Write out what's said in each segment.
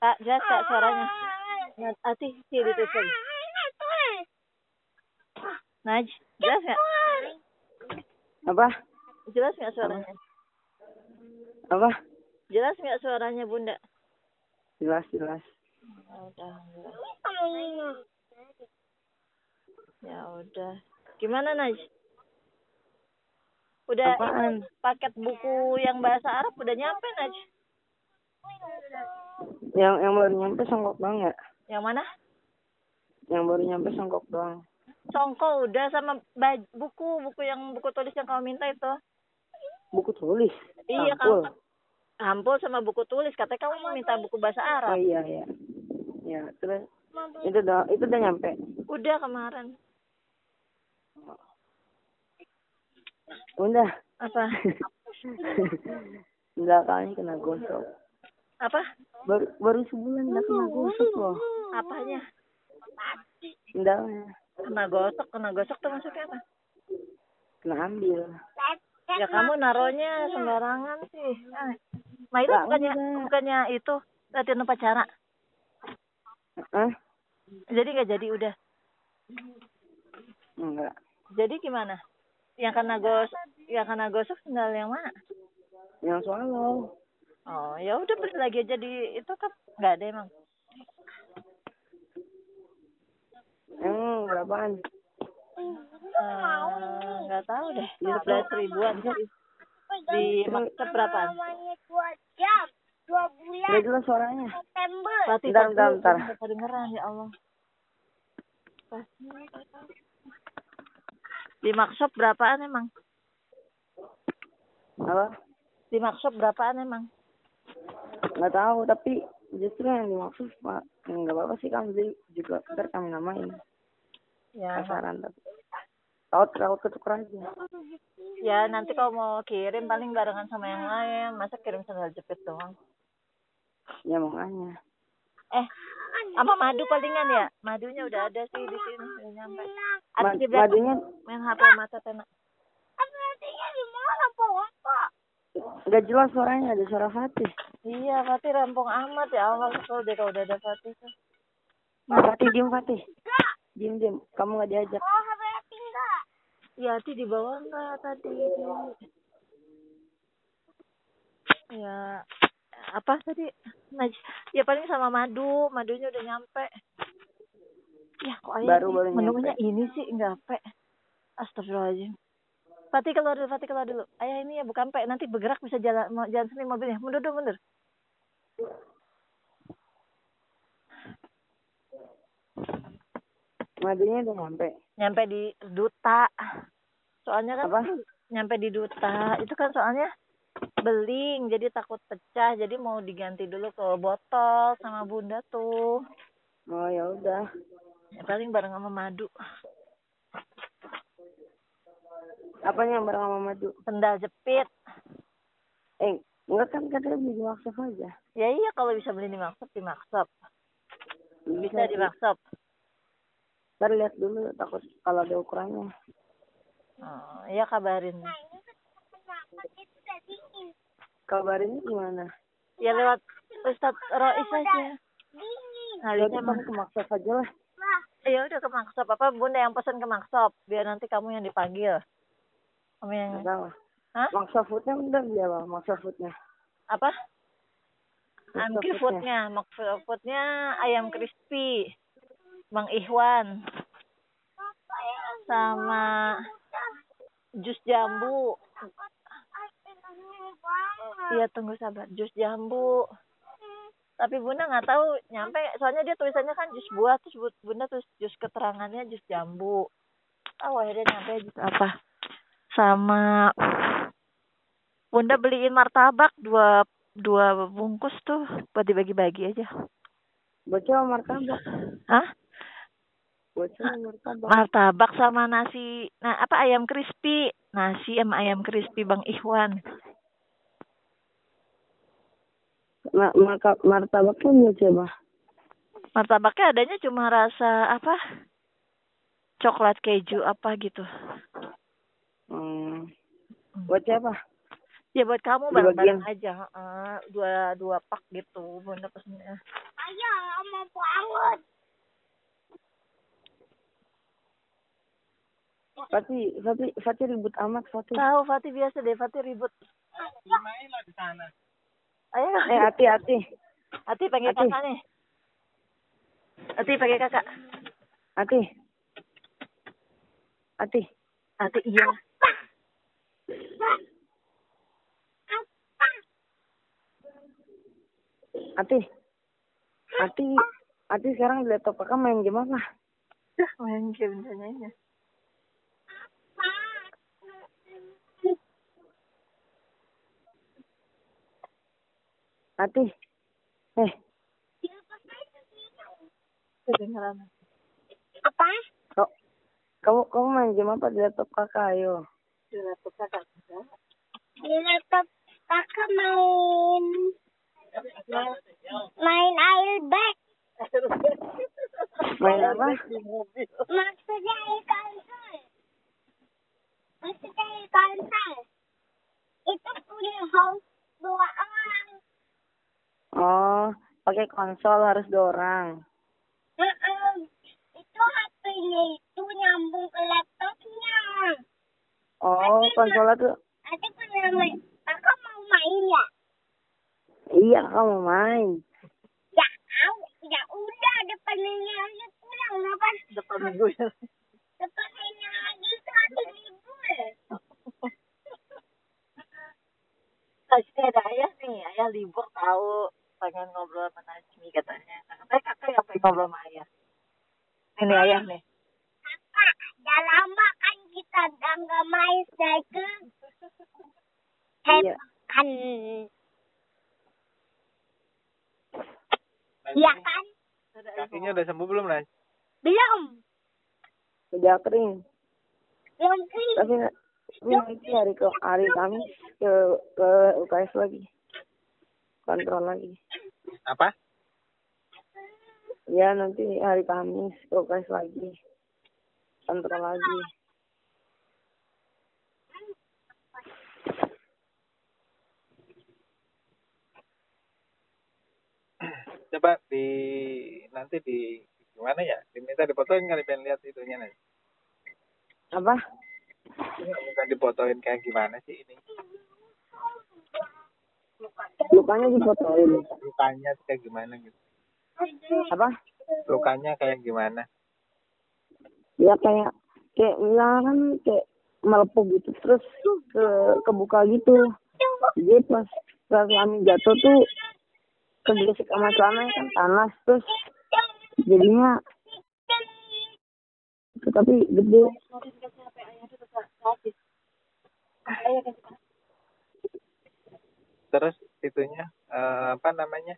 Kak, jelas Kak suaranya. Ati, sih ditutup. Naj, jelas nggak? Apa? Jelas nggak suaranya? Apa? Jelas nggak suaranya Bunda? Jelas, jelas. Udah. Ya udah. Gimana Naj? Udah Apaan? paket buku yang bahasa Arab udah nyampe Naj? Yang baru nyampe songkok doang ya? Yang mana? Yang baru nyampe songkok doang. Songkok udah sama buku tulis yang kamu minta itu. Buku tulis? Iya, Sampul? Hampul sama buku tulis. Katanya kamu mau minta buku bahasa Arab. Oh iya, iya. Ya, terus itu udah nyampe? Udah kemarin. Udah. Apa? Belakangnya kena gosok. Apa? Baru sebulan udah kena gosok loh. Apanya? Sendalnya. Kena gosok tuh maksudnya apa? Kena ambil. Ya kamu naruhnya sembarangan sih. Nah itu bukannya itu latihan upacara. Hah? Jadi nggak jadi udah. Enggak. Jadi gimana? Yang kena gosok sendal yang mana? Yang swallow. Oh ya udah beli lagi aja di itu kan nggak ada emang. Berapaan? Nggak tahu deh. 11 ribuan sih. Di maktab berapaan? 2 bulan. Udah jelas suaranya. Bentar. Bentar. Kedengeran ya Allah. Di maktab berapaan emang? Apa? Di maktab berapaan emang? Nggak tahu, tapi justru yang dimaksud Pak, nggak apa-apa sih kamu juga ntar kami namain. Ya. Pasaran tapi. Tahu ketuker aja. Ya nanti kalau mau kirim paling barengan sama yang lain. Masa kirim sandal jepit doang? Ya makanya. Sama madu palingan ya? Madunya udah ada sih di sini. Udah nyampe. Madunya main HP mata tenak. Madunya di mana Pak? Nggak jelas suaranya, ada suara Fatih. Iya, Fatih rampung amat ya Allah. Kalau udah ada Fatih tuh. Fatih diem Fatih. Diem. Kamu nggak diajak. Oh, Fatih enggak? Iya, Hati di bawah enggak tadi. Ya, apa tadi? Ya paling sama madunya udah nyampe. Ya kok ayah baru menunya nyampe. ini sih enggak pe. Astagfirullahaladzim. Fatih keluar dulu. Ayah ini ya bukan pe, nanti bergerak bisa jalan sendiri mobilnya. Mundur. Madunya udah nyampe. Nyampe di Duta. Soalnya kan apa? Nyampe di Duta. Itu kan soalnya beling, jadi takut pecah, jadi mau diganti dulu ke botol sama Bunda tuh. Oh ya udah. Ya paling bareng sama madu. Apanya yang bareng sama madu? Sendal jepit. Enggak kan katanya beli di Maksop aja. Ya iya kalau bisa beli di Maksop. Bisa di Maksop. Ntar lihat dulu, takut kalau ada ukurannya. Oh, ya kabarin. Kabarinnya gimana? Ya lewat Ustadz Rois aja. Jadi kamu ke Maksop aja lah. Ya udah ke Maksop. Apa Bunda yang pesan ke Maksop? Biar nanti kamu yang dipanggil. Kamu yang... Hah? Maksop foodnya udah dia lah, Maksop foodnya. Apa? Angki foodnya. Maksop foodnya ayam crispy. Bang Ikhwan. Sama jus jambu. Iya tunggu sabar. Jus jambu. Tapi Bunda nggak tahu nyampe. Soalnya dia tulisannya kan jus buah. Terus Bunda tulis jus keterangannya jus jambu. Akhirnya nyampe jus apa. Sama Bunda beliin martabak dua bungkus tuh. Buat dibagi-bagi aja. Bocor martabak. Hah? Bocor martabak. Martabak sama nasi. Nah apa ayam crispy. Nasi sama ayam crispy Bang Ikhwan. Martabaknya mau coba. Martabaknya adanya cuma rasa apa? Coklat keju apa gitu. Buat siapa? Ya buat kamu bareng-bareng aja. Dua pak gitu Bunda pesennya. Ayah, mau banget. Fatih ribut amat, Fatih. Tahu Fatih biasa deh, Fatih ribut. Main lah di sana. Ayo. Hati. Hati panggil kakak nih. Hati panggil kakak. Hati, iya. Hati sekarang di laptop kakak main game apa? Main game nanya. Hati, Kedengeran. apa? Kamu main game apa di laptop kakak? Ayo. Di laptop kakak. Di laptop kakak main airbag. Main apa? Maksudnya konsol. Itu punya host 2 orang. Oh, pakai konsol harus 2 orang. Itu HP-nya itu nyambung ke laptopnya. Oh, konsolnya tuh. Nanti kakak mau main ya? Iya, kakak mau main. Ya udah depannya aja pulang apa? Depan minggu ya. Depannya lagi itu hari libur. Pasti ada ayah nih, ayah libur tahu pengen ngobrol sama Najmi katanya. Katanya kakak yang pengen ngobrol sama ayah. Ini ayah nih. Kakak, udah lama kan kita udah nggak main cycle. Iya. Kan. Iya kan? Kakinya udah sembuh belum, Nas? Belum. Udah kering. Belum kering. Tapi nanti hari Kamis ke UKS lagi. Kontrol lagi. Apa? Ya nanti hari Kamis ke UKS lagi. Kontrol lagi. Coba nanti gimana ya? Diminta difotoin kali pengen lihat itunya nih. Apa? Minta difotoin kayak gimana sih ini? Lukanya difotoin. Lukanya kayak gimana gitu? Apa? Lukanya kayak gimana? Ya kayak misalkan kayak melepuh gitu terus kebuka gitu. Jadi pas kami jatuh tuh kegesek sama celana kan panas terus jadinya tapi gede. Terus itunya apa namanya?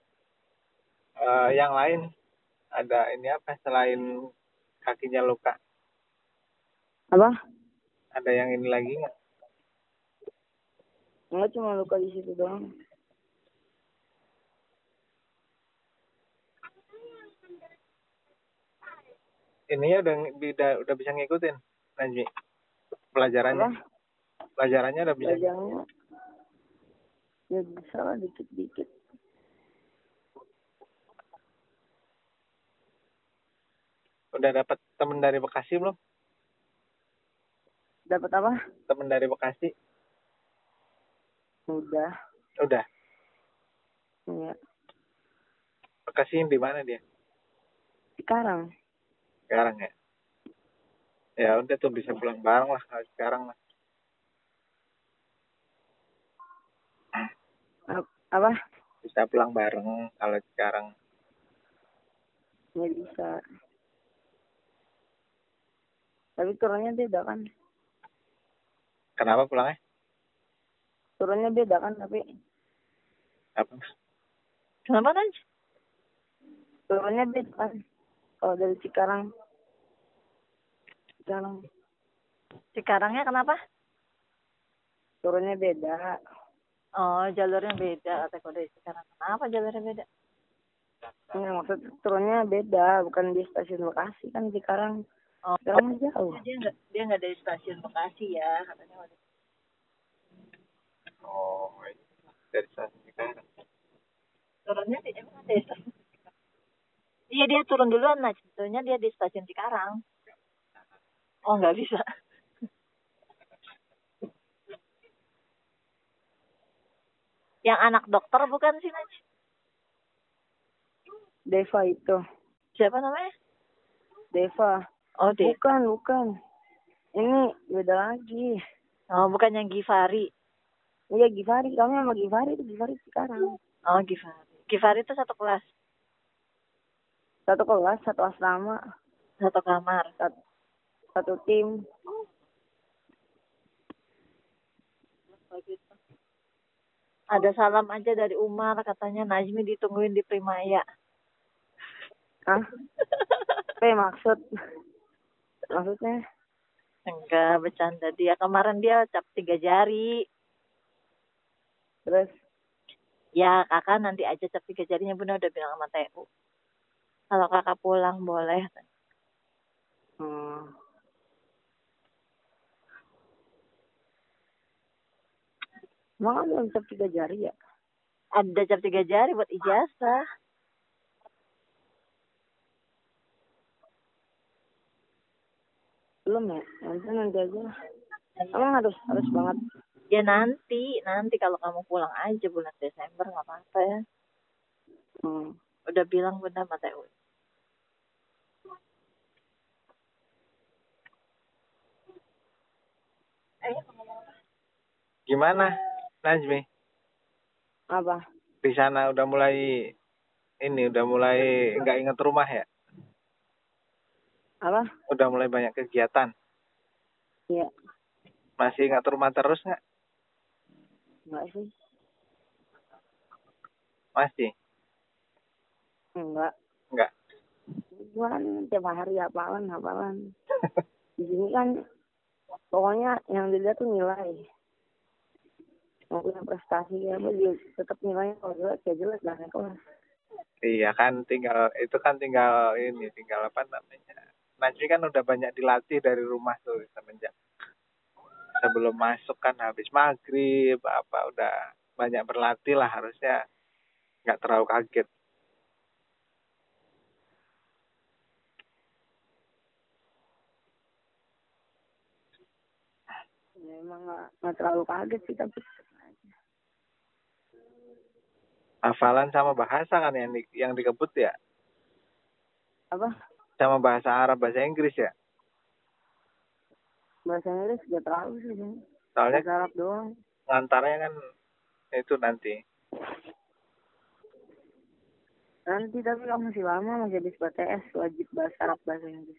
Yang lain ada ini apa selain kakinya luka? Apa? Ada yang ini lagi nggak? Enggak, cuma luka di situ doang. Ini ya udah bisa ngikutin Najmi pelajarannya. Apa? Pelajarannya udah bisa. Pelajarannya ya bisa lah dikit-dikit. Udah dapat temen dari Bekasi belum? Dapat apa? Temen dari Bekasi. Udah. Iya. Bekasi di mana dia? Sekarang Ya. Ya udah tuh bisa pulang bareng lah sekarang lah. apa? Bisa pulang bareng kalau sekarang. Ya bisa. Tapi turunnya beda kan? Kenapa pulangnya? Turunnya beda kan tapi Apa? Kenapa Naj? turunnya beda kan? Kalau dari Cikarang. Cikarangnya kenapa? Turunnya beda. Oh, jalurnya beda. Kata kode Cikarang. Kenapa jalurnya beda? Enggak, maksud turunnya beda, bukan di stasiun Bekasi kan Cikarang. Oh, Sekarang jauh. Dia nggak dari stasiun Bekasi ya, katanya. Oh, dari sana sekarang. Turunnya emang ada ya? Iya, dia turun duluan. Nah, sebetulnya dia di stasiun Cikarang. Oh, nggak bisa. Yang anak dokter bukan sih, Naj? Deva itu. Siapa namanya? Deva. Oh, Deva. Bukan. Ini beda lagi. Oh, bukan yang Givari. Iya, Givari. Kamu sama Givari itu Givari sekarang. Oh, Givari. Givari itu satu kelas. Satu kelas, satu asrama, Satu kamar. satu tim. Ada salam aja dari Umar, katanya Najmi ditungguin di Primaya. Hah? Apa ya maksudnya? Enggak, bercanda dia. Kemarin dia cap 3 jari. Terus? Ya, kakak nanti aja cap 3 jarinya. Bunda udah bilang sama TU. Kalau kakak pulang boleh. Emang kamu belum cap 3 jari ya? Ada cap 3 jari buat ijazah. Belum ya? Nanti aja. Emang harus banget. Ya nanti kalau kamu pulang aja bulan Desember nggak apa-apa ya. Udah bilang Bunda sama TU. Gimana, Najmi? Apa? Di sana udah mulai nggak inget rumah ya? Apa? Udah mulai banyak kegiatan. Iya. Masih ingat rumah terus nggak? Enggak sih. Masih? Enggak. Gua kan tiap hari hafalan. Di sini kan pokoknya yang dilihat tuh nilai. Mau punya prestasi ya, tetap nilainya kalau jelek ya jelek lah ya kelas. Iya kan, tinggal apa namanya? Najmi kan udah banyak dilatih dari rumah tuh semenjak sebelum masuk kan, habis maghrib apa udah banyak berlatih lah, harusnya nggak terlalu kaget. Ya, emang nggak terlalu kaget sih tapi Hafalan sama bahasa kan yang dikebut ya? apa? Sama bahasa Arab, bahasa Inggris ya? Bahasa Inggris gak terlalu sih. Soalnya bahasa Arab doang. ngantarnya kan itu nanti. Nanti tapi kalau masih lama masih habis BTS wajib bahasa Arab bahasa Inggris.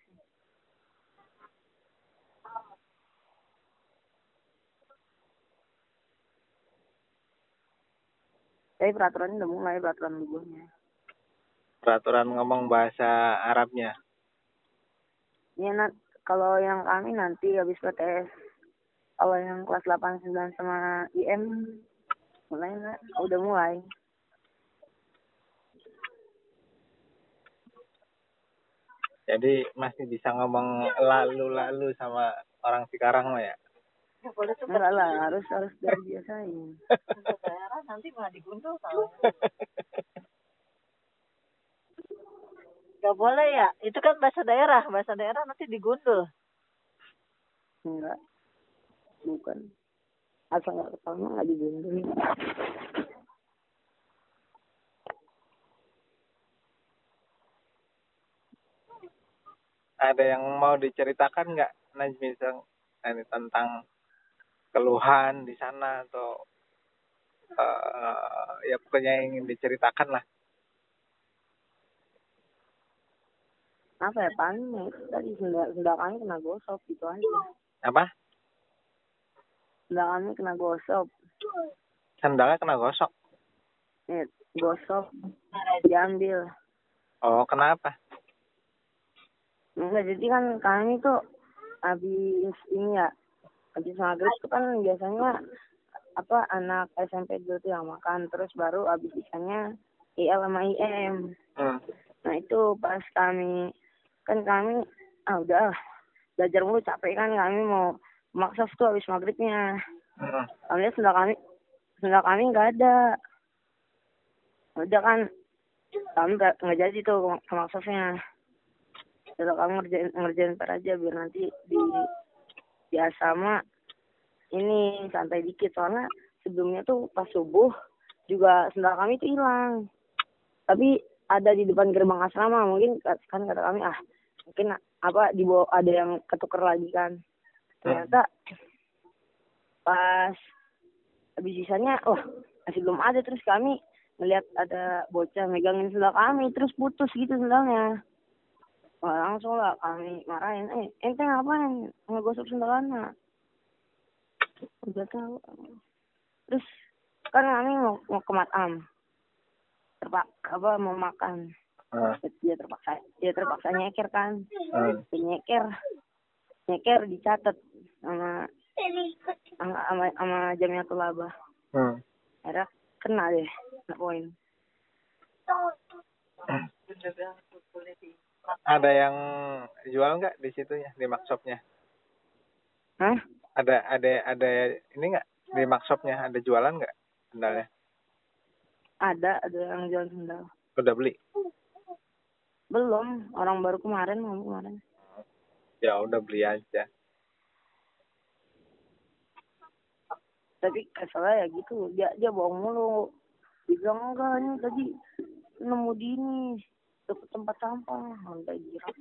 Tapi peraturannya udah mulai, peraturan liburnya. Peraturan ngomong bahasa Arabnya. Ya, kalau yang kami nanti habis PTS. Kalau yang kelas 8, 9 sama IM mulai nggak? Udah mulai. Jadi masih bisa ngomong lalu sama orang Cikarang mah ya? Enggak lah, harus dari biasain. Daerah nanti malah digundul kalau. Gak boleh ya? Itu kan bahasa daerah nanti digundul. Enggak. Bukan. Asal nggak ketahuan nggak digundul. Ada yang mau diceritakan nggak, Najmi, tentang keluhan di sana atau ya pokoknya yang ingin diceritakan lah. Apa ya, paling itu tadi sendal kami kena gosok gitu aja. Apa? Sendal kami kena gosok. Sendalnya kena gosok? Nih, gosok diambil. Oh, kenapa? Enggak, jadi kan kami tuh habis ini ya, habis maghrib tuh kan biasanya anak SMP dulu tuh yang makan, terus baru habis ikannya IL sama IM. Nah itu pas kami udah belajar mulu capek kan, kami mau maksa tuh habis maghribnya. Kami sendal kami nggak ada. Udah kan Kami nggak jadi tuh maksudnya. Kalau kamu ngerjain PR aja biar nanti di asrama ini santai dikit, soalnya sebelumnya tuh pas subuh juga sendal kami tuh hilang. Tapi ada di depan gerbang asrama, mungkin kan kata kami mungkin apa dibawa, ada yang ketuker lagi kan. Ternyata pas habis sisanya masih belum ada, terus kami ngeliat ada bocah megangin sendal kami terus putus gitu sendalnya. Langsung lah kami marahin, ente ngapain ngegosok sendal anak? Udah tahu. Terus kan kami mau ke matam, mau makan. Dia terpaksa nyeker kan. Nyeker dicatat sama Jamiatul Labah. Akhirnya kena deh, kena poin. Ada yang jual nggak di situnya, di markshopnya? Hah? Ada ini nggak di markshopnya, ada jualan nggak sendalnya? Ada yang jual sendal. Udah beli? Belum, orang baru kemarin. Ya udah beli aja. Tapi keselnya ya gitu, dia bohong mulu. Dia bilang enggak, ini tadi nemu di ini dekat tempat sampah, lantai girang.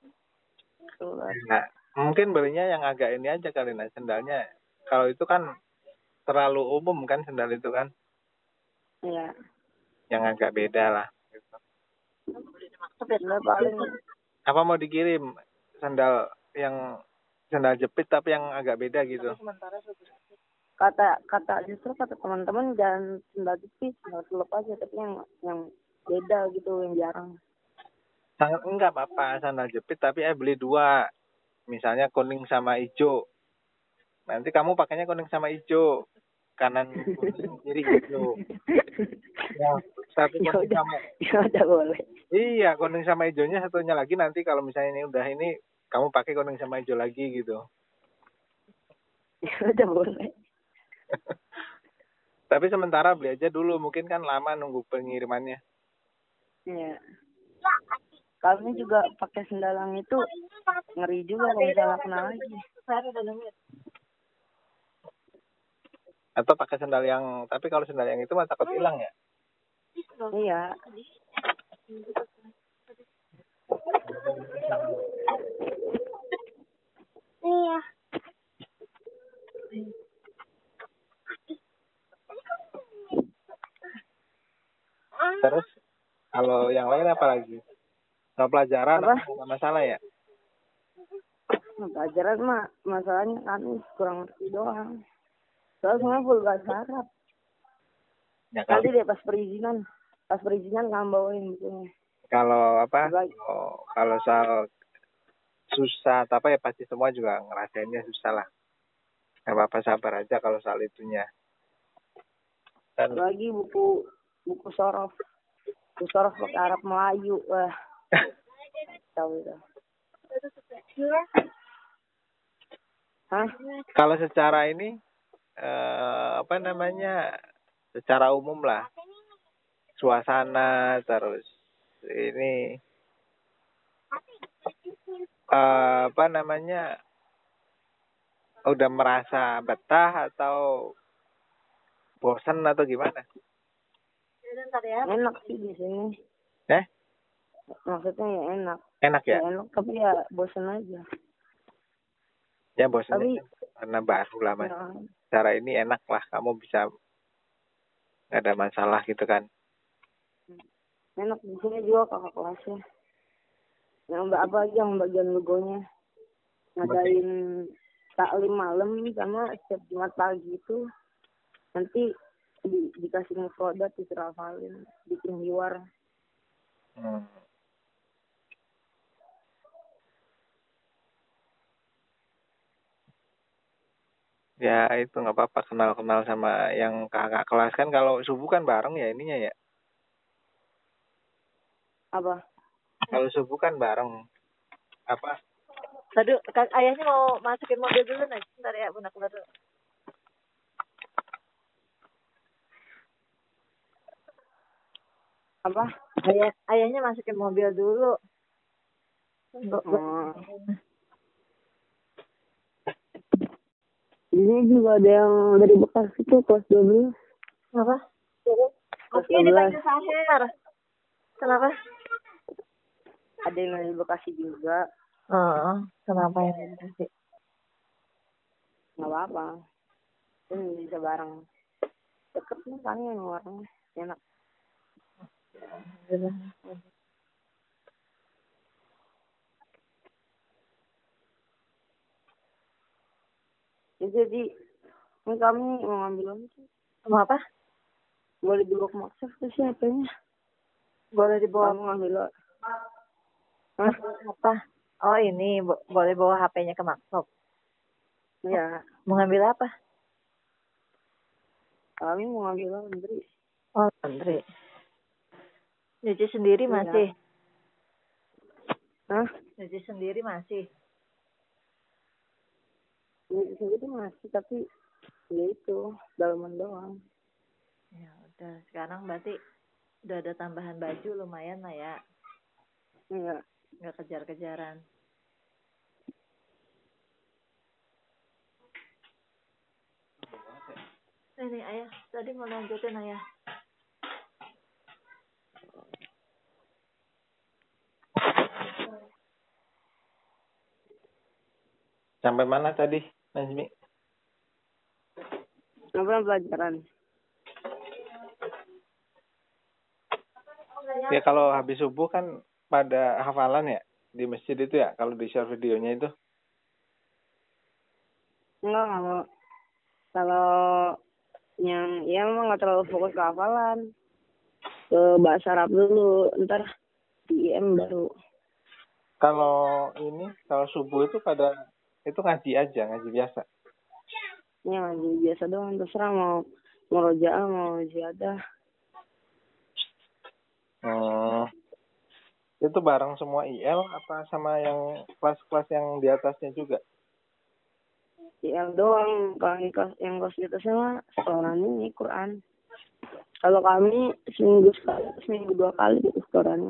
Nah, mungkin belinya yang agak ini aja kali sendalnya. Kalau itu kan terlalu umum kan sendal itu kan. Iya. Yang agak beda lah. Gitu. Paling. Apa mau dikirim sandal jepit tapi yang agak beda gitu? Justru kata teman-teman jangan sendal jepit, sendal celup aja, tapi yang beda gitu, yang jarang. Sangat enggak apa-apa sandal jepit tapi beli 2. Misalnya kuning sama hijau. Nanti kamu pakainya kuning sama hijau. Kanan kuning, kiri hijau. Ya, tapi kuning sama. Ya udah boleh. Iya, kuning sama hijaunya satunya lagi nanti kalau misalnya ini kamu pakai kuning sama hijau lagi gitu. Ya udah boleh. Tapi sementara beli aja dulu, mungkin kan lama nunggu pengirimannya. Iya. Kami juga pakai sendal yang itu ngeri juga kalau misalnya kena lagi. Atau pakai sendal tapi kalau sendal yang itu mah takut hilang ya? Iya. Iya. Terus kalau yang lain apa lagi? Kalau pelajaran nggak masalah ya? Pelajaran mah masalahnya kami kurang ngerti doang. Soalnya semua full bahasa Arab. Ya, nanti deh pas perizinan kamu bawain bukunya. Kalau kalau soal susah ya pasti semua juga ngerasainnya susah lah. Gak apa-apa, sabar aja kalau soal itunya. Dan lagi buku sorof. Buku sorof pakai Arab Melayu. Wah. Tahu itu. Hah? Kalau secara ini secara umum lah, suasana terus ini udah merasa betah atau bosan atau gimana? Enak sih di sini. Maksudnya ya enak. Enak ya? Enak, tapi ya bosan aja. Ya bosan tapi karena baru lah mas. Ya. Cara ini enak lah, kamu bisa nggak ada masalah gitu kan? Enak di sini juga kakak kelasnya. Yang bagian logonya ngadain taklim malam sama setiap Jumat pagi itu nanti dikasih mufrodat diserafalin, bikin hiwar. Ya itu nggak apa-apa, kenal sama yang kakak kelas kan. Kalau subuh kan bareng ya ininya ya. Apa? Kalau subuh kan bareng. Apa? Tadi ayahnya mau masukin mobil dulu nih, bentar ya Bunda keluar dulu. Apa? Ayahnya masukin mobil dulu. Ini juga ada yang dari Bekasi tuh kelas 12. Kenapa? Kelas Oke, dipanggil Saher. Kenapa? Ada yang dari Bekasi juga. Kenapa yang dari Bekasi? Nggak apa-apa. Ini bisa bareng. Deket nih kan yang warnanya. Enak. Ya, jadi ini kami mau ngambil apa? Mau apa? Boleh dibawa ke maksa ke siapanya? Boleh dibawa. Kamu ngambil Apa? Oh ini boleh bawa HP-nya ke Maksop. Ya. Mau ngambil apa? Kami mau ngambil laundry. Oh, laundry. Nyuci sendiri masih? Nyuci sendiri masih? Nyuci sendiri masih, tapi ya itu dalaman doang. Ya udah, sekarang berarti udah ada tambahan baju lumayan lah ya. Iya. Nggak kejar-kejaran. Nih ayah, tadi mau lanjutin ayah. Sampai mana tadi, Najmi? Sampai pelajaran. Ya kalau habis subuh kan pada hafalan ya di masjid itu ya, kalau di share videonya itu. Enggak. Kalau yang ya emang nggak terlalu fokus ke hafalan. Ke bahasa Arab dulu, ntar di IM baru. Kalau subuh itu pada itu ngaji aja, ngaji biasa. Ya ngaji biasa doang, terserah mau rojaah mau ziyadah. Itu bareng semua IL apa sama yang kelas-kelas yang di atasnya juga? IL doang, kalau yang kelas di atasnya mah setoran ini Quran. Kalau kami seminggu 2 kali gitu setorannya.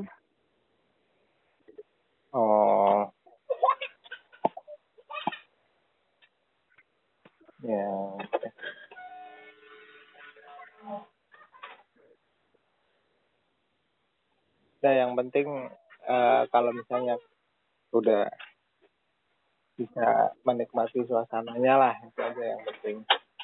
Oh. Ya. Nah, yang penting kalau misalnya udah bisa menikmati suasananya lah, itu aja yang penting.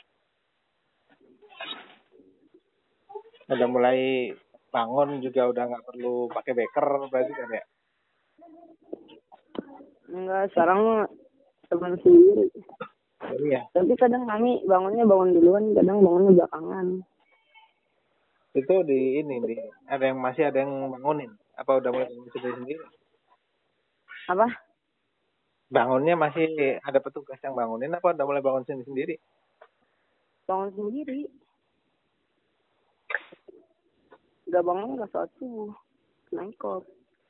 Udah mulai bangun juga udah nggak perlu pakai beker berarti kan ya? Enggak, sekarang mah teman sendiri. Iya. Tapi kadang kami bangun duluan, kadang bangunnya belakangan. Itu ada yang bangunin? Apa udah mulai bangun sendiri? Apa? Bangunnya masih ada petugas yang bangunin apa udah mulai bangun sendiri? Bangun sendiri. Udah bangun nggak sholat subuh. Nangkop.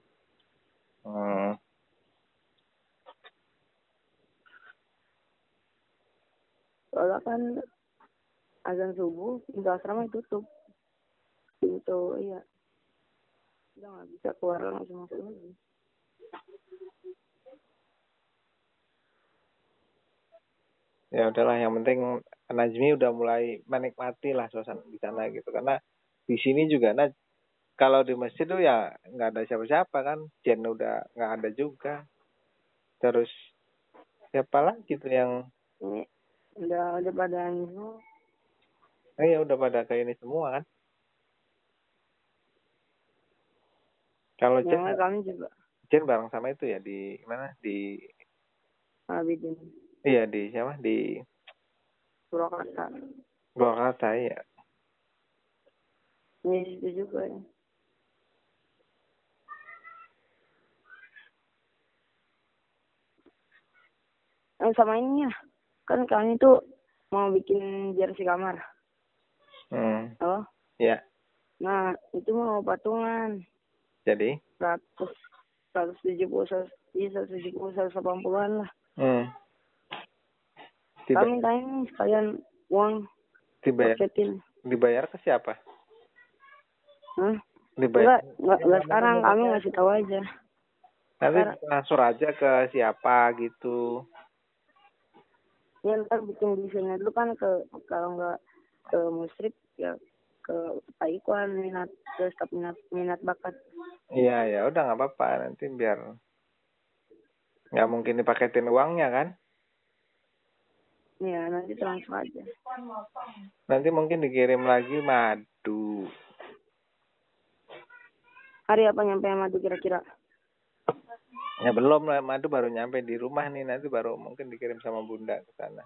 Soalnya kan azan subuh, pintu asrama tutup. Pintu, iya. Udah nggak bisa keluar langsung masuk lagi. Ya udahlah, yang penting Najmi udah mulai menikmati lah suasana di sana gitu, karena di sini juga kalau di masjid tuh ya nggak ada siapa-siapa kan, Jen udah nggak ada juga, terus siapa lagi tuh yang Ini udah pada ini. ya udah pada kayak ini semua kan. Kalau Kami juga. Jen bareng sama itu ya di mana, di Abidin. iya di siapa, di Purwakarta ya. Ini situ juga ya. Sama ini ya, kan kami tuh mau bikin jersey kamar. Oh? Ya. Nah, itu mau patungan. Jadi? 170, 180-an lah. Kami tanya sekalian uang. Dibayar ke siapa? Hah? Enggak sekarang, kami ngasih tahu aja. Nanti transfer aja ke siapa gitu. Ya ntar bikin desainnya dulu kan, kalau nggak ke musrik ya ke Pak Ikwan, ke staf minat bakat. Iya, ya udah nggak apa-apa, nanti biar nggak mungkin dipaketin uangnya kan. Ya nanti transfer aja. Nanti mungkin dikirim lagi madu. Hari apa nyampe madu kira-kira? Ya belum lah, madu baru nyampe di rumah nih, nanti baru mungkin dikirim sama bunda ke sana.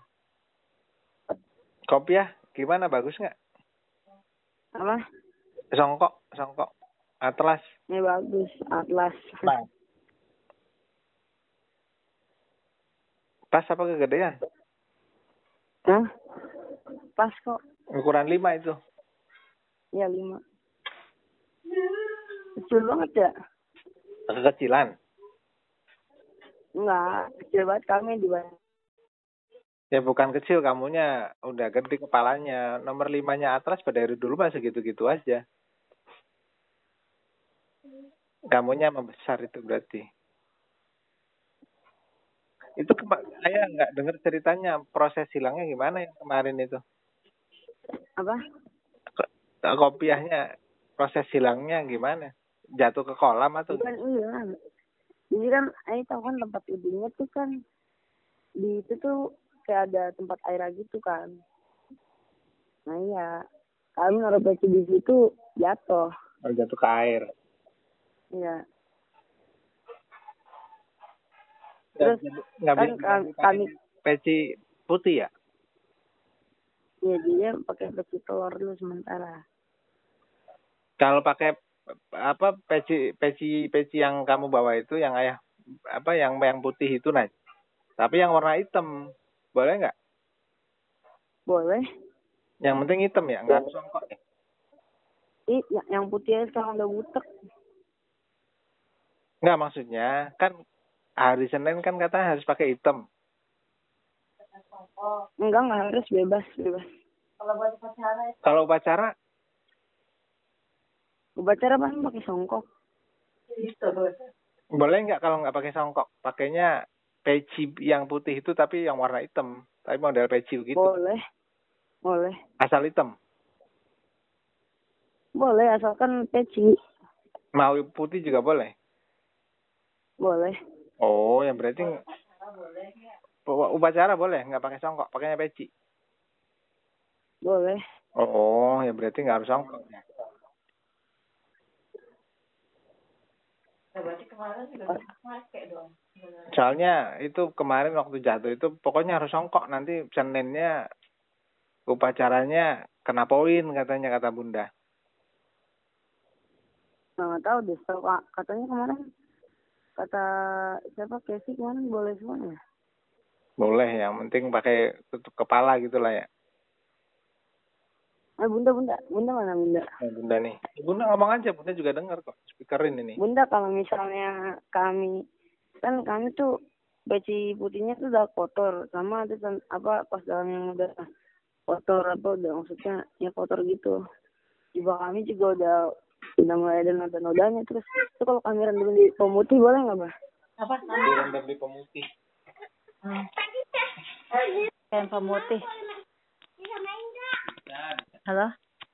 Kopiah gimana, bagus nggak? Apa? Songkok Atlas. Ini bagus, Atlas. Nah. Pas apa kegedean? Hah? Pas kok. Ukuran 5 itu. Ya 5. Kecil banget ya? Kekecilan. Enggak, kecil banget kami di bawah. Ya bukan kecil, kamunya udah gede kepalanya. Nomor 5-nya Atlas pada dari dulu masih gitu-gitu aja. Kamunya membesar itu berarti. Itu saya nggak dengar ceritanya, proses hilangnya gimana yang kemarin itu? Apa? Kopiahnya, proses hilangnya gimana? Jatuh ke kolam atau? Bukan, iya. Jadi kan, tahu kan tempat udingnya tuh kan, di itu tuh kayak ada tempat air gitu kan. Nah iya, kami naruh peci di situ jatuh. Oh, jatuh ke air. Iya. Terus kan kami peci putih ya? Iya, dia pakai peci telur dulu sementara. Kalau pakai apa peci yang kamu bawa itu, yang ayah apa yang putih itu Nay. Tapi yang warna hitam, boleh nggak? Boleh. Yang penting hitam ya, nggak harus songkok ya. Yang putih sekarang udah butek. Nggak, maksudnya kan hari Senin kan katanya harus pakai hitam. Enggak harus, bebas. Kalau upacara? Upacara paling pakai songkok. Boleh nggak kalau nggak pakai songkok? Pakainya peci yang putih itu tapi yang warna hitam, tapi model peci gitu. Boleh. Asal hitam? Boleh, asalkan peci. Mau putih juga boleh? Boleh. Oh, yang berarti upacara boleh nggak pakai songkok, pakainya peci? Boleh. Oh, ya berarti nggak harus songkok. Soalnya itu kemarin waktu jatuh itu pokoknya harus songkok, nanti Seninnya upacaranya kena poin katanya, kata bunda. Nggak tahu deh, katanya kemarin kata siapa, Casey kemarin boleh semuanya. Boleh, yang penting pakai tutup kepala gitulah ya. Bunda mana bunda? Bunda nih. Bunda ngomong aja, bunda juga dengar kok. Speakerin ini. Bunda, kalau misalnya kami tuh peci putihnya tuh udah kotor, sama ada pas dalam yang udah kotor udah maksudnya ya kotor gitu. Juga kami juga udah mulai ada noda-nodanya. Terus itu kalau kami rendam di pemutih boleh nggak, Bah? Apa? Rendam di pemutih. Kain pemutih. Halo?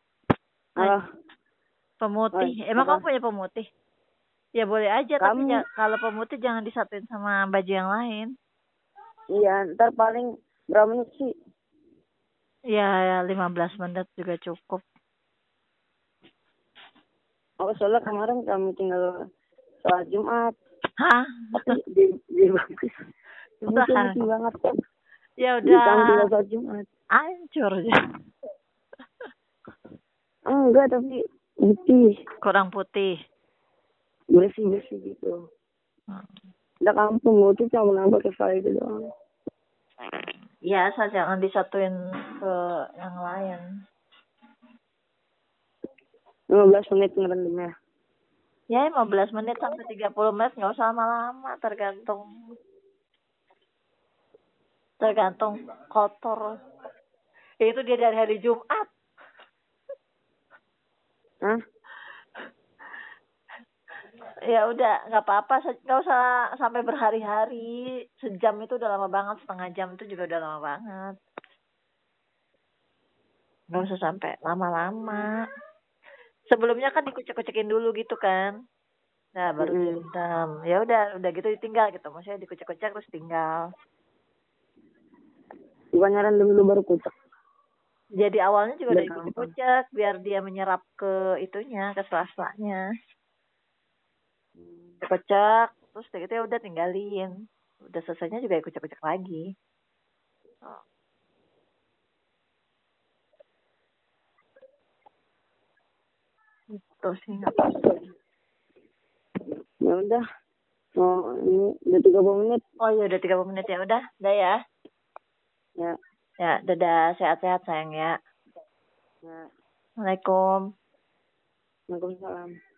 Pemutih. Emang kamu punya pemutih? Ya boleh aja, tapi kalau pemutih jangan disatuin sama baju yang lain. Iya, ntar paling berapa menit sih? Ya 15 menit juga cukup. Soalnya kemarin kami tinggal sholat Jumat. Hah? Tapi di bagus. Itu banget kan. Ya udah. Kami tinggal sholat Jumat. Hancur aja. Enggak, tapi putih. Kurang putih. Bersih gitu. Udah kampung itu cuma nambah ke saya itu doang. Ya, asal jangan disatuin ke yang lain. 15 menit ngerendamnya. Ya 15 menit sampai 30 menit, nggak usah lama-lama, tergantung kotor. Itu dia dari hari Jumat. Hah? Ya udah, nggak apa-apa, nggak usah sampai berhari-hari. Sejam itu udah lama banget, setengah jam itu juga udah lama banget. Nggak usah sampai lama-lama. Sebelumnya kan dikucek-kucekin dulu gitu kan. Nah, baru direndam. Ya udah gitu ditinggal gitu. Maksudnya dikucek-kucek terus tinggal. Bukannya rendam dulu baru kucek. Jadi awalnya juga udah Gampang. dikucek-kucek biar dia menyerap ke itunya, ke sela-selanya. Kucek, terus kayak gitu ya udah tinggalin. Udah selesainya juga ya kucek-kucek lagi. Oh. Itu sih nggak apa-apa. Ya udah. Oh, ini udah 30 menit. Oh iya udah 30 menit ya udah ya. Ya. Ya, dadah, sehat-sehat sayang ya. Ya. Assalamualaikum. Waalaikumsalam.